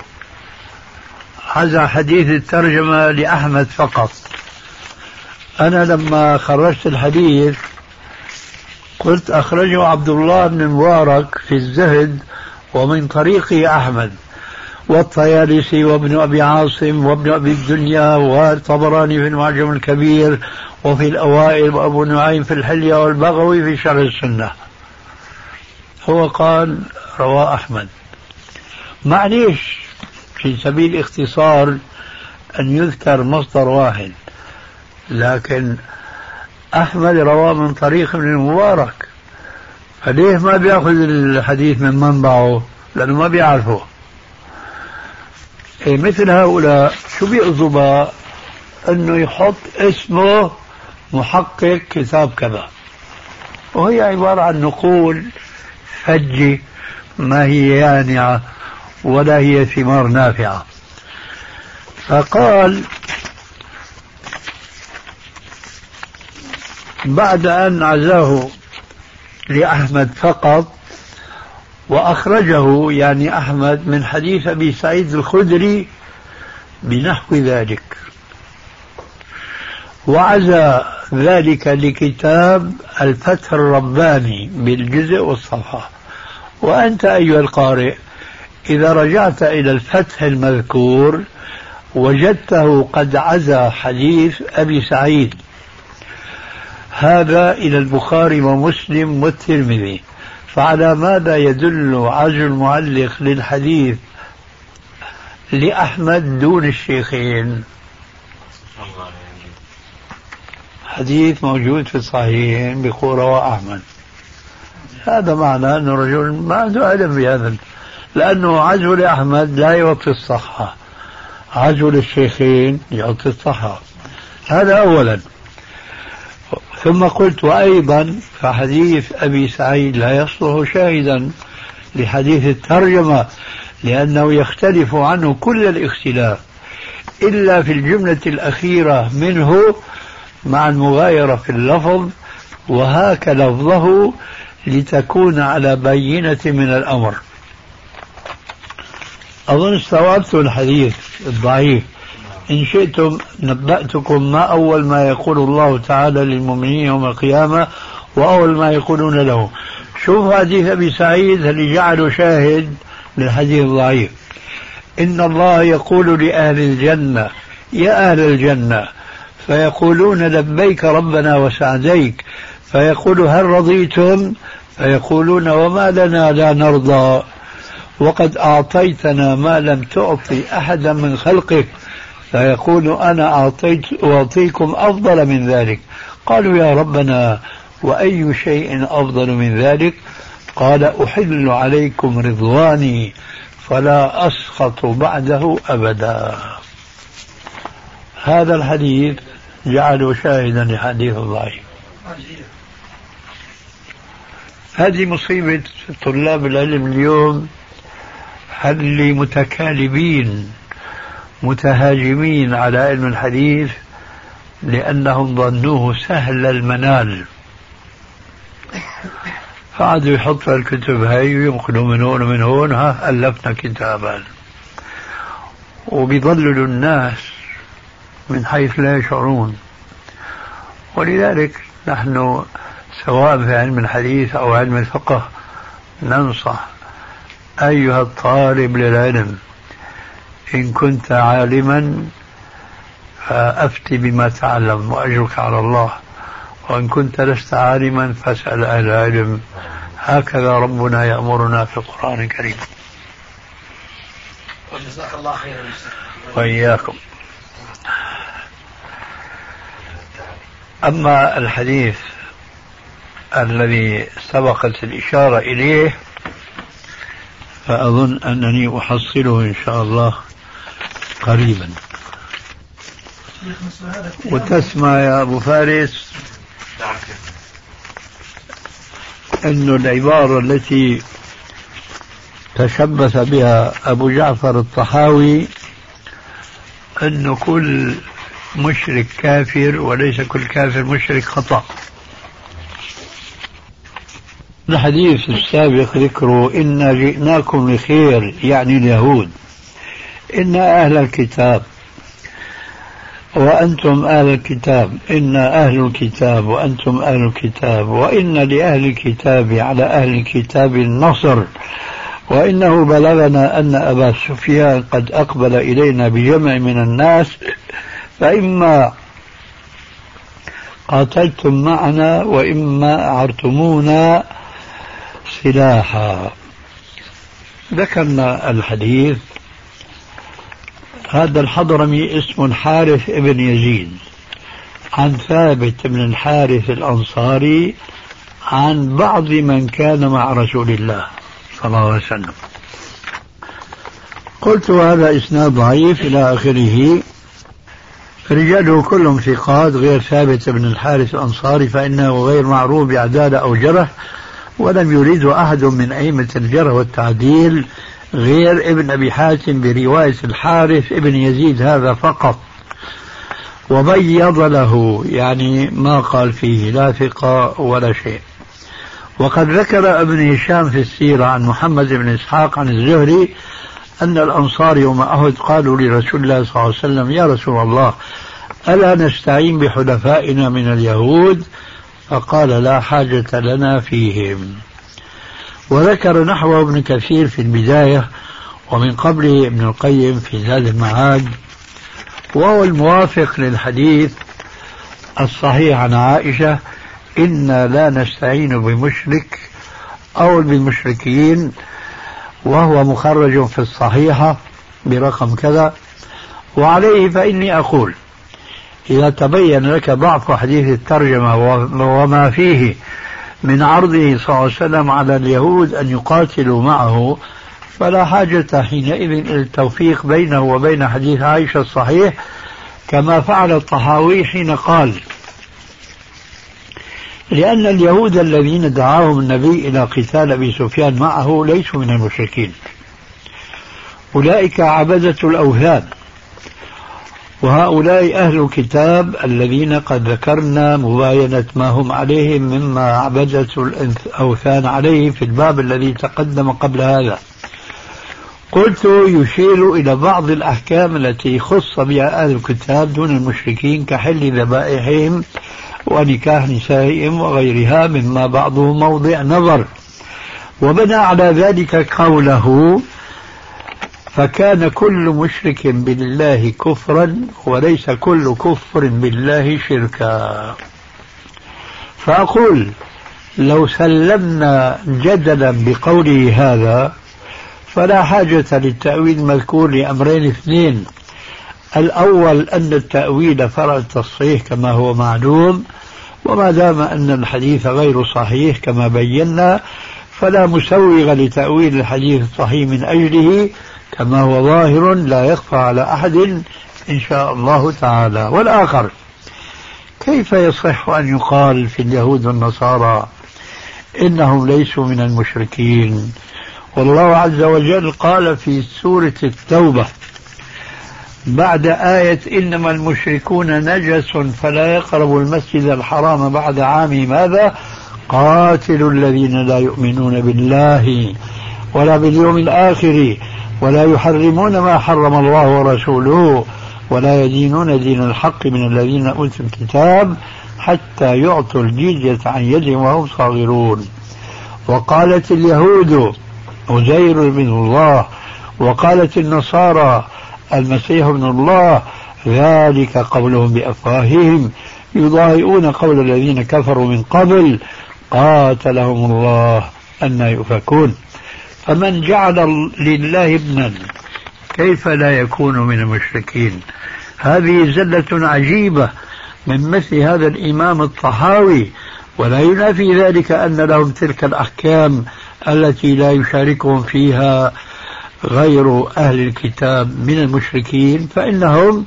عزل حديث الترجمة لأحمد فقط. أنا لما خرجت الحديث قلت أخرجه عبد الله بن المبارك في الزهد ومن طريق أحمد والطيالسي وابن أبي عاصم وابن أبي الدنيا والطبراني في المعجم الكبير وفي الأوائل وأبو نعيم في الحلية والبغوي في شرح السنة. هو قال رواه أحمد. معليش في سبيل اختصار أن يذكر مصدر واحد، لكن أحمد رواه من طريق ابن المبارك، فليه ما بيأخذ الحديث من منبعه؟ لأنه ما بيعرفه. مثل هؤلاء شو بيقصد أنه يحط اسمه محقق كتاب كذا، وهي عبارة عن نقول فجة ما هي يانعة ولا هي ثمار نافعة. فقال بعد أن عزاه لأحمد فقط وأخرجه يعني أحمد من حديث أبي سعيد الخدري بنحو ذلك، وعزى ذلك لكتاب الفتح الرباني بالجزء والصفحة. وأنت أيها القارئ إذا رجعت إلى الفتح المذكور وجدته قد عزى حديث أبي سعيد هذا إلى البخاري ومسلم والترمذي، فعلى ماذا يدل عزو المعلق للحديث لأحمد دون الشيخين؟ حديث موجود في الصحيحين بقول رواه أحمد، هذا معنى أنه رجل ما عنده علم بهذا، لأنه عزو لأحمد لا يعطي الصحة، عزو للشيخين يعطي الصحة. هذا أولا. ثم قلت وأيضا فحديث أبي سعيد لا يصلح شاهدا لحديث الترجمة، لأنه يختلف عنه كل الاختلاف إلا في الجملة الأخيرة منه مع المغايرة في اللفظ، وهاك لفظه لتكون على بينة من الأمر. أظن استوعبت الحديث الضعيف. إن شئتم نبأتكم ما أول ما يقول الله تعالى للمؤمنين يوم القيامة وأول ما يقولون له. شوف حديث أبي سعيد اللي جعله شاهد للحديث الضعيف. إن الله يقول لأهل الجنة يا أهل الجنة، فيقولون لبيك ربنا وسعديك، فيقول هل رضيتم؟ فيقولون وما لنا لا نرضى وقد أعطيتنا ما لم تعطي أحدا من خلقك، فيقول أنا أعطيكم أفضل من ذلك. قالوا يا ربنا وأي شيء أفضل من ذلك؟ قال أحل عليكم رضواني فلا أسخط بعده أبدا. هذا الحديث جعله شاهدا لحديث ضعيف. هذه مصيبة طلاب العلم اليوم، اللي متكالبين متهاجمين على علم الحديث لأنهم ظنوه سهل المنال، فعادوا يحطوا الكتب هاي وينقلوا من هون ومن هون، ها ألفنا كتابا، وبيضللوا الناس من حيث لا يشعرون. ولذلك نحن سواء في علم الحديث أو علم الفقه ننصح أيها الطالب للعلم إن كنت عالما فأفتي بما تعلم وأجرك على الله، وإن كنت لست عالما فاسأل أهل العلم. هكذا ربنا يأمرنا في القرآن الكريم. وجزاك الله خيرا. وإياكم. أما الحديث الذي سبقت الإشارة إليه فأظن أنني أحصله إن شاء الله قريبا. وتسمع يا أبو فارس أن العبارة التي تشبث بها أبو جعفر الطحاوي أن كل مشرك كافر وليس كل كافر مشرك خطأ. الحديث السابق ذكره إنا جئناكم لخير يعني اليهود، إنا أهل الكتاب وأنتم أهل الكتاب، إنا أهل الكتاب وأنتم أهل الكتاب، وإن لأهل الكتاب على أهل الكتاب النصر، وإنه بلغنا أن أبا سفيان قد أقبل إلينا بجمع من الناس فإما قاتلتم معنا وإما أعرتمونا سلاحا. ذكرنا الحديث. هذا الحضرمي اسمه الحارث ابن يزيد عن ثابت بن الحارث الأنصاري عن بعض من كان مع رسول الله صلى الله عليه وسلم. قلت هذا إسناد ضعيف إلى آخره، رجاله كلهم ثقات غير ثابت بن الحارث الأنصاري فإنه غير معروف بعدالة أو جرح، ولم يريده أحد من أئمة الجرح والتعديل غير ابن أبي حاتم برواية الحارث ابن يزيد هذا فقط، وبيض له يعني ما قال فيه لا ثقة ولا شيء. وقد ذكر ابن هشام في السيرة عن محمد بن إسحاق عن الزهري أن الأنصار يوم أحد قالوا لرسول الله صلى الله عليه وسلم يا رسول الله ألا نستعين بحلفائنا من اليهود؟ فقال لا حاجة لنا فيهم. وذكر نحوه ابن كثير في البداية، ومن قبله ابن القيم في زاد المعاد، وهو الموافق للحديث الصحيح عن عائشة إنا لا نستعين بمشرك أو بالمشركين، وهو مخرج في الصحيحة برقم كذا. وعليه فإني أقول إذا تبين لك ضعف حديث الترجمة وما فيه من عرضه صلى الله عليه وسلم على اليهود أن يقاتلوا معه، فلا حاجة حينئذ إلى التوفيق بينه وبين حديث عائشة الصحيح، كما فعل الطحاوي حين قال لأن اليهود الذين دعاهم النبي إلى قتال أبي سفيان معه ليسوا من المشركين، أولئك عبدة الأوثان، وهؤلاء أهل الكتاب الذين قد ذكرنا مباينة ما هم عليه مما عبدة الأوثان عليه في الباب الذي تقدم قبل هذا. قلت يشير إلى بعض الأحكام التي خص بها أهل الكتاب دون المشركين كحل ذبائحهم ونكاح نسائهم وغيرها مما بعضه موضع نظر، وبنى على ذلك قوله فكان كل مشرك بالله كفرا وليس كل كفر بالله شركا. فأقول لو سلمنا جدلا بقوله هذا فلا حاجة للتأويل المذكور لأمرين اثنين: الأول أن التأويل فرع التصحيح كما هو معلوم، وما دام أن الحديث غير صحيح كما بينا فلا مسوغ لتأويل الحديث الصحيح من أجله كما هو ظاهر لا يخفى على أحد إن شاء الله تعالى. والآخر كيف يصح أن يقال في اليهود والنصارى إنهم ليسوا من المشركين، والله عز وجل قال في سورة التوبة بعد آية إنما المشركون نجس فلا يقربوا المسجد الحرام بعد عام ماذا قاتلوا الذين لا يؤمنون بالله ولا باليوم الآخر ولا يحرمون ما حرم الله ورسوله ولا يدينون دين الحق من الذين أوتوا الكتاب حتى يعطوا الجزية عن يد وهم صاغرون. وقالت اليهود عزير بن الله، وقالت النصارى المسيح ابن الله، ذلك قولهم بأفواههم يضاهئون قول الذين كفروا من قبل قاتلهم الله أن يؤفكون. فمن جعل لله ابنا كيف لا يكون من المشركين؟ هذه زلة عجيبة من مثل هذا الإمام الطحاوي، ولا ينافي ذلك أن لهم تلك الأحكام التي لا يشاركهم فيها غير أهل الكتاب من المشركين، فإنهم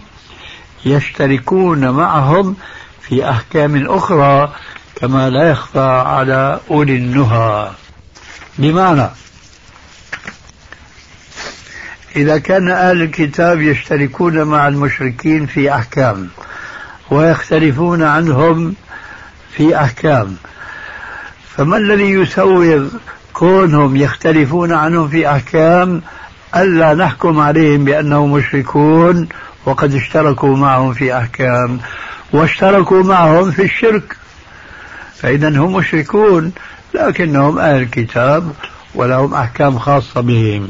يشتركون معهم في أحكام أخرى كما لا يخفى على أولي النهى. بمعنى إذا كان أهل الكتاب يشتركون مع المشركين في أحكام ويختلفون عنهم في أحكام، فما الذي يسوغ كونهم يختلفون عنهم في أحكام ألا نحكم عليهم بأنهم مشركون وقد اشتركوا معهم في أحكام واشتركوا معهم في الشرك؟ فإذا هم مشركون لكنهم أهل الكتاب ولهم أحكام خاصة بهم.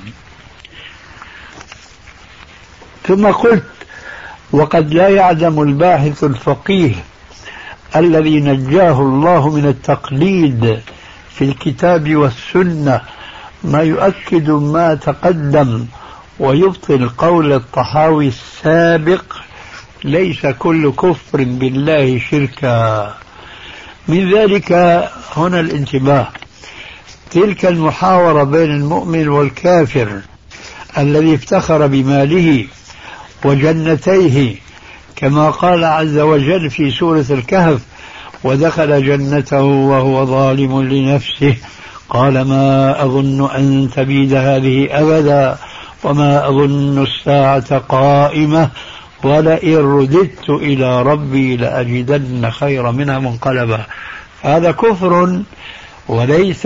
ثم قلت: وقد لا يعلم الباحث الفقيه الذي نجاه الله من التقليد في الكتاب والسنة ما يؤكد ما تقدم ويبطل قول الطحاوي السابق: ليس كل كفر بالله شركا. من ذلك هنا الانتباه: تلك المحاورة بين المؤمن والكافر الذي افتخر بماله وجنتيه، كما قال عز وجل في سورة الكهف: ودخل جنته وهو ظالم لنفسه قال ما أظن أن تبيد هذه أبدا وما أظن الساعة قائمة ولئن رددت إلى ربي لأجدن خيرا منها منقلبا. هذا كفر وليس،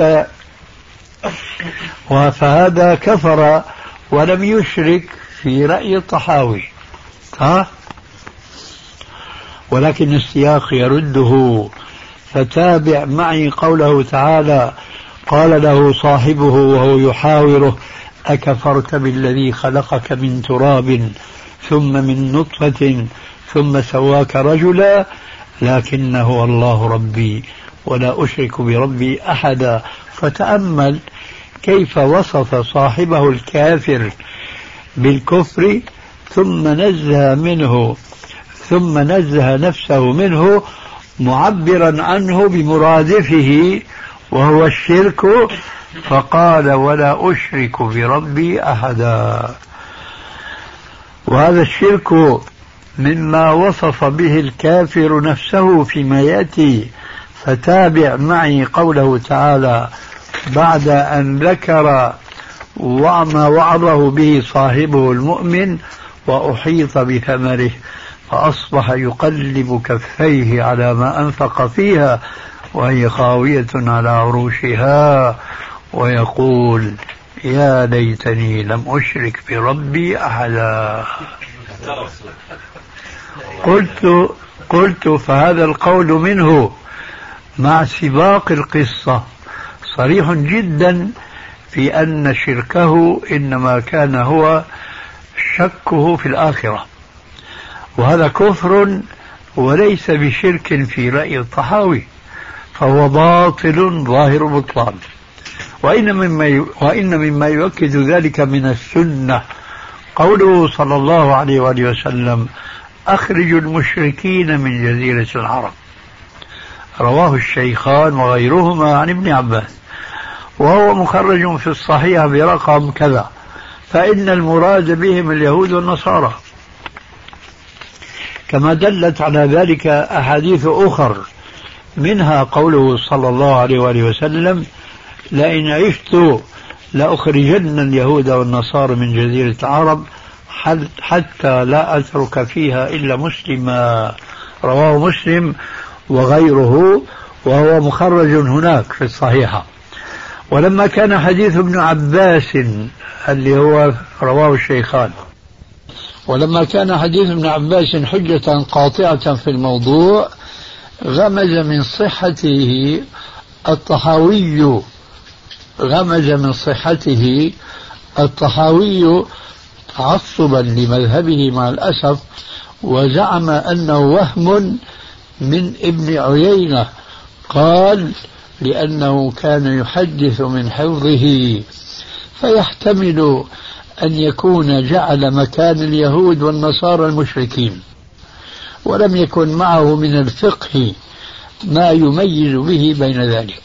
فهذا كفر ولم يشرك في رأي الطحاوي، ولكن السياق يرده. فتابع معي قوله تعالى: قال له صاحبه وهو يحاوره: أكفرت بالذي خلقك من تراب ثم من نطفة ثم سواك رجلا لكن هو الله ربي ولا أشرك بربي أحدا. فتأمل كيف وصف صاحبه الكافر بالكفر ثم نزه نفسه منه، معبرا عنه بمرادفه وهو الشرك، فقال: ولا أشرك بربي أحدا. وهذا الشرك مما وصف به الكافر نفسه فيما يأتي. فتابع معي قوله تعالى بعد أن ذكر وما وعظه به صاحبه المؤمن: وأحيط بثمره فأصبح يقلب كفيه على ما أنفق فيها وهي خاوية على عروشها ويقول: يا ليتني لم أشرك بربي أحدا. قلت فهذا القول منه مع سباق القصة صريح جدا في أن شركه إنما كان هو شكه في الآخرة، وهذا كفر وليس بشرك في رأي الطحاوي، فهو باطل ظاهر بطلان. وإن مما يؤكد ذلك من السنة قوله صلى الله عليه وآله وسلم: أخرجوا المشركين من جزيرة العرب. رواه الشيخان وغيرهما عن ابن عباس، وهو مخرج في الصحيح برقم كذا، فإن المراد بهم اليهود والنصارى، كما دلت على ذلك أحاديث أخر، منها قوله صلى الله عليه وآله وسلم: لئن عشت لأخرجن اليهود والنصارى من جزيرة العرب حتى لا أترك فيها إلا مسلما. رواه مسلم وغيره، وهو مخرج هناك في الصحيحة. ولما كان حديث ابن عباس اللي هو رواه الشيخان، ولما كان حديث ابن عباس حجة قاطعة في الموضوع، غمز من صحته الطحاوي تعصبا لمذهبه مع الأسف، وزعم أنه وهم من ابن عيينة، قال: لأنه كان يحدث من حفظه، فيحتمل أن يكون جعل مكان اليهود والنصارى المشركين، ولم يكن معه من الفقه ما يميز به بين ذلك.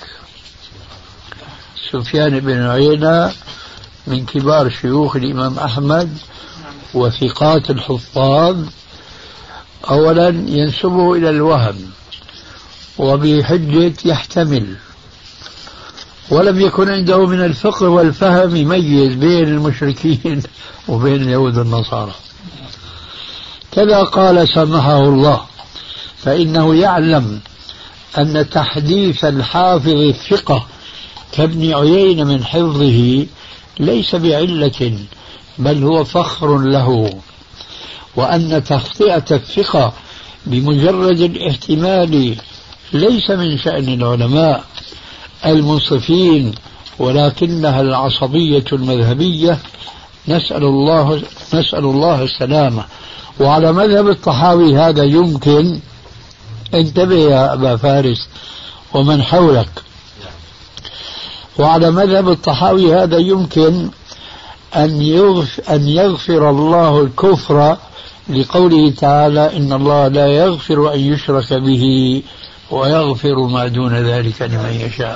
سفيان بن عيينة من كبار شيوخ الإمام أحمد وثقات الحفاظ، أولا ينسبه إلى الوهم وبحجة يحتمل، ولم يكن عنده من الفقه والفهم يميز بين المشركين وبين اليهود والنصارى. كذا قال سمحه الله: فإنه يعلم أن تحديث الحافظ الثقة كابن عيينة من حفظه ليس بعلة، بل هو فخر له، وأن تخطئة الثقة بمجرد الاحتمال ليس من شأن العلماء المنصفين ولكنها العصبية المذهبية، نسأل الله السلامة. وعلى مذهب الطحاوي هذا يمكن، انتبه يا أبا فارس ومن حولك، وعلى مذهب الطحاوي هذا يمكن أن يغفر الله الكفر لقوله تعالى إن الله لا يغفر أن يشرك به ويغفر ما دون ذلك لمن يشاء.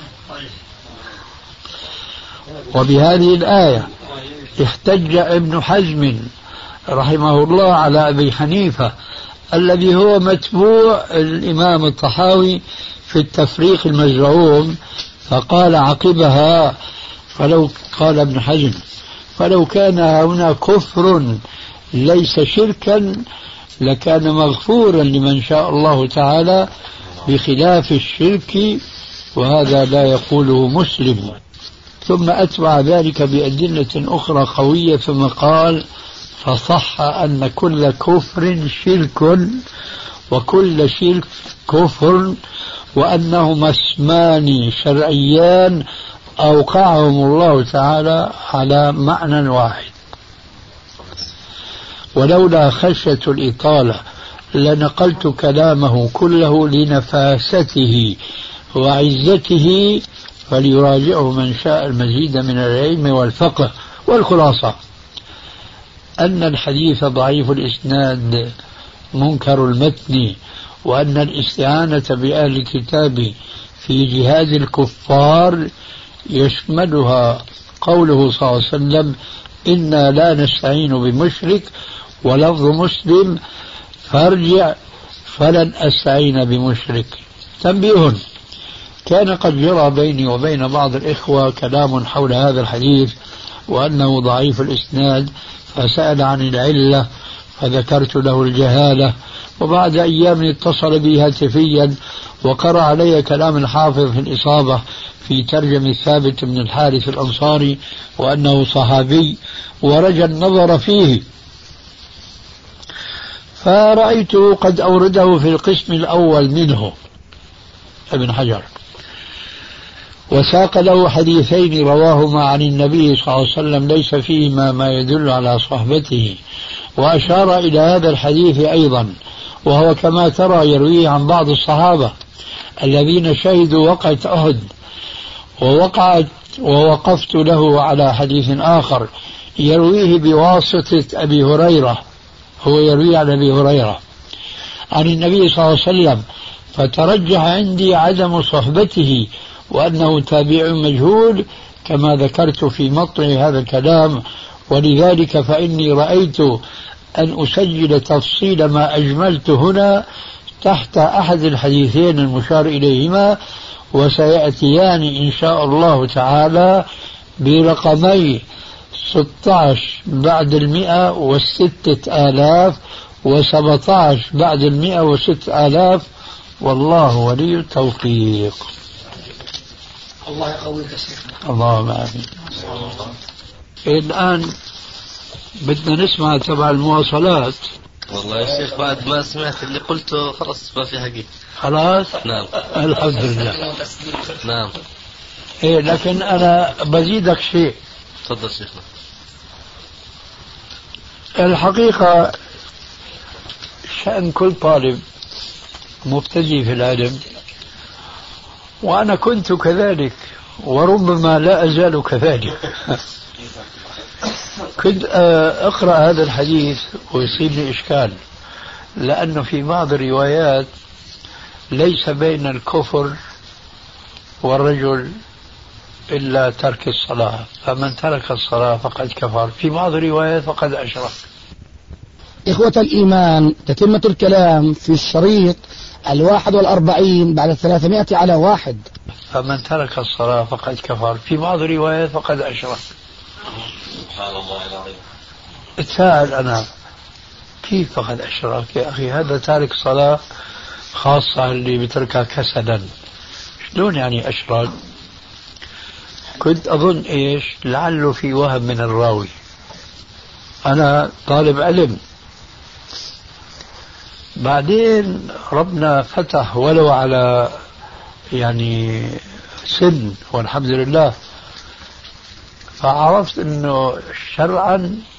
وبهذه الآية احتج ابن حزم رحمه الله على أبي حنيفة الذي هو متبوع الإمام الطحاوي في التفريق المزعوم، فقال عقبها قال ابن حزم فلو كان هنا كفر ليس شركا لكان مغفورا لمن شاء الله تعالى بخلاف الشرك، وهذا لا يقوله مسلم. ثم أتبع ذلك بأدلة أخرى قوية ثم قال فصح أن كل كفر شرك وكل شرك كفر، وأنهما اسمان شرعيان أوقعهم الله تعالى على معنى واحد. ولولا خشية الإطالة لنقلت كلامه كله لنفاسته وعزته، فليراجعه من شاء المزيد من العلم والفقه. والخلاصة أن الحديث ضعيف الإسناد منكر المتن، وأن الاستعانة بأهل الكتاب في جهاد الكفار يشملها قوله صلى الله عليه وسلم إنا لا نستعين بمشرك، ولفظ مسلم فارجع فلن أستعين بمشرك. تنبيه، كان قد جرى بيني وبين بعض الإخوة كلام حول هذا الحديث وأنه ضعيف الإسناد، فسأل عن العلة فذكرت له الجهالة، وبعد أيام اتصل بي هاتفيا وقرأ علي كلام الحافظ في الإصابة في ترجمة ثابت بن الحارث الأنصاري وأنه صحابي، ورجى النظر فيه، فرأيته قد أورده في القسم الأول منه ابن حجر، وساق له حديثين رواهما عن النبي صلى الله عليه وسلم ليس فيهما ما يدل على صحبته، وأشار إلى هذا الحديث أيضا، وهو كما ترى يرويه عن بعض الصحابة الذين شهدوا وقعة أحد، ووقفت له على حديث آخر يرويه بواسطة أبي هريرة، هو يروي عن أبي هريرة عن النبي صلى الله عليه وسلم، فترجح عندي عدم صحبته وأنه تابع مجهول كما ذكرت في مطلع هذا الكلام. ولذلك فإني رأيت أن أسجل تفصيل ما أجملت هنا تحت أحد الحديثين المشار إليهما، وسيأتيان إن شاء الله تعالى برقمي 16 بعد 100 و6000 و17 بعد 100 و6000، والله ولي التوفيق. الله يقويك يا شيخنا. اللهم آمين. الآن بدنا نسمع تبع المواصلات. والله يا شيخ بعد ما سمعت اللي قلته خلاص ما في حقيقة. خلاص؟ نعم الحمد لله. نعم. إيه لكن أنا بزيدك شيء. تفضل شيخنا. الحقيقة شأن كل طالب مبتدئ في العلم، وأنا كنت كذلك وربما لا أزال كذلك، كنت أقرأ هذا الحديث ويصيبني إشكال، لأنه في بعض الروايات ليس بين الكفر والرجل إلا ترك الصلاة، فمن ترك الصلاة فقد كفر، في بعض الروايات فقد أشرك. إخوة الإيمان، تتمة الكلام في الشريط 41 بعد 300 على 1. فمن ترك الصلاة فقد كفر، في بعض الروايات فقد أشرك. سبحان الله العظيم. اتساءل أنا كيف فقد أشرك يا أخي؟ هذا تارك صلاة خاصة اللي بتركها كسلا، شلون يعني أشرك؟ كنت أظن إيش لعله في وهم من الراوي، أنا طالب علم. بعدين ربنا فتح ولو على يعني سن، والحمد لله فعرفت أنه شرعا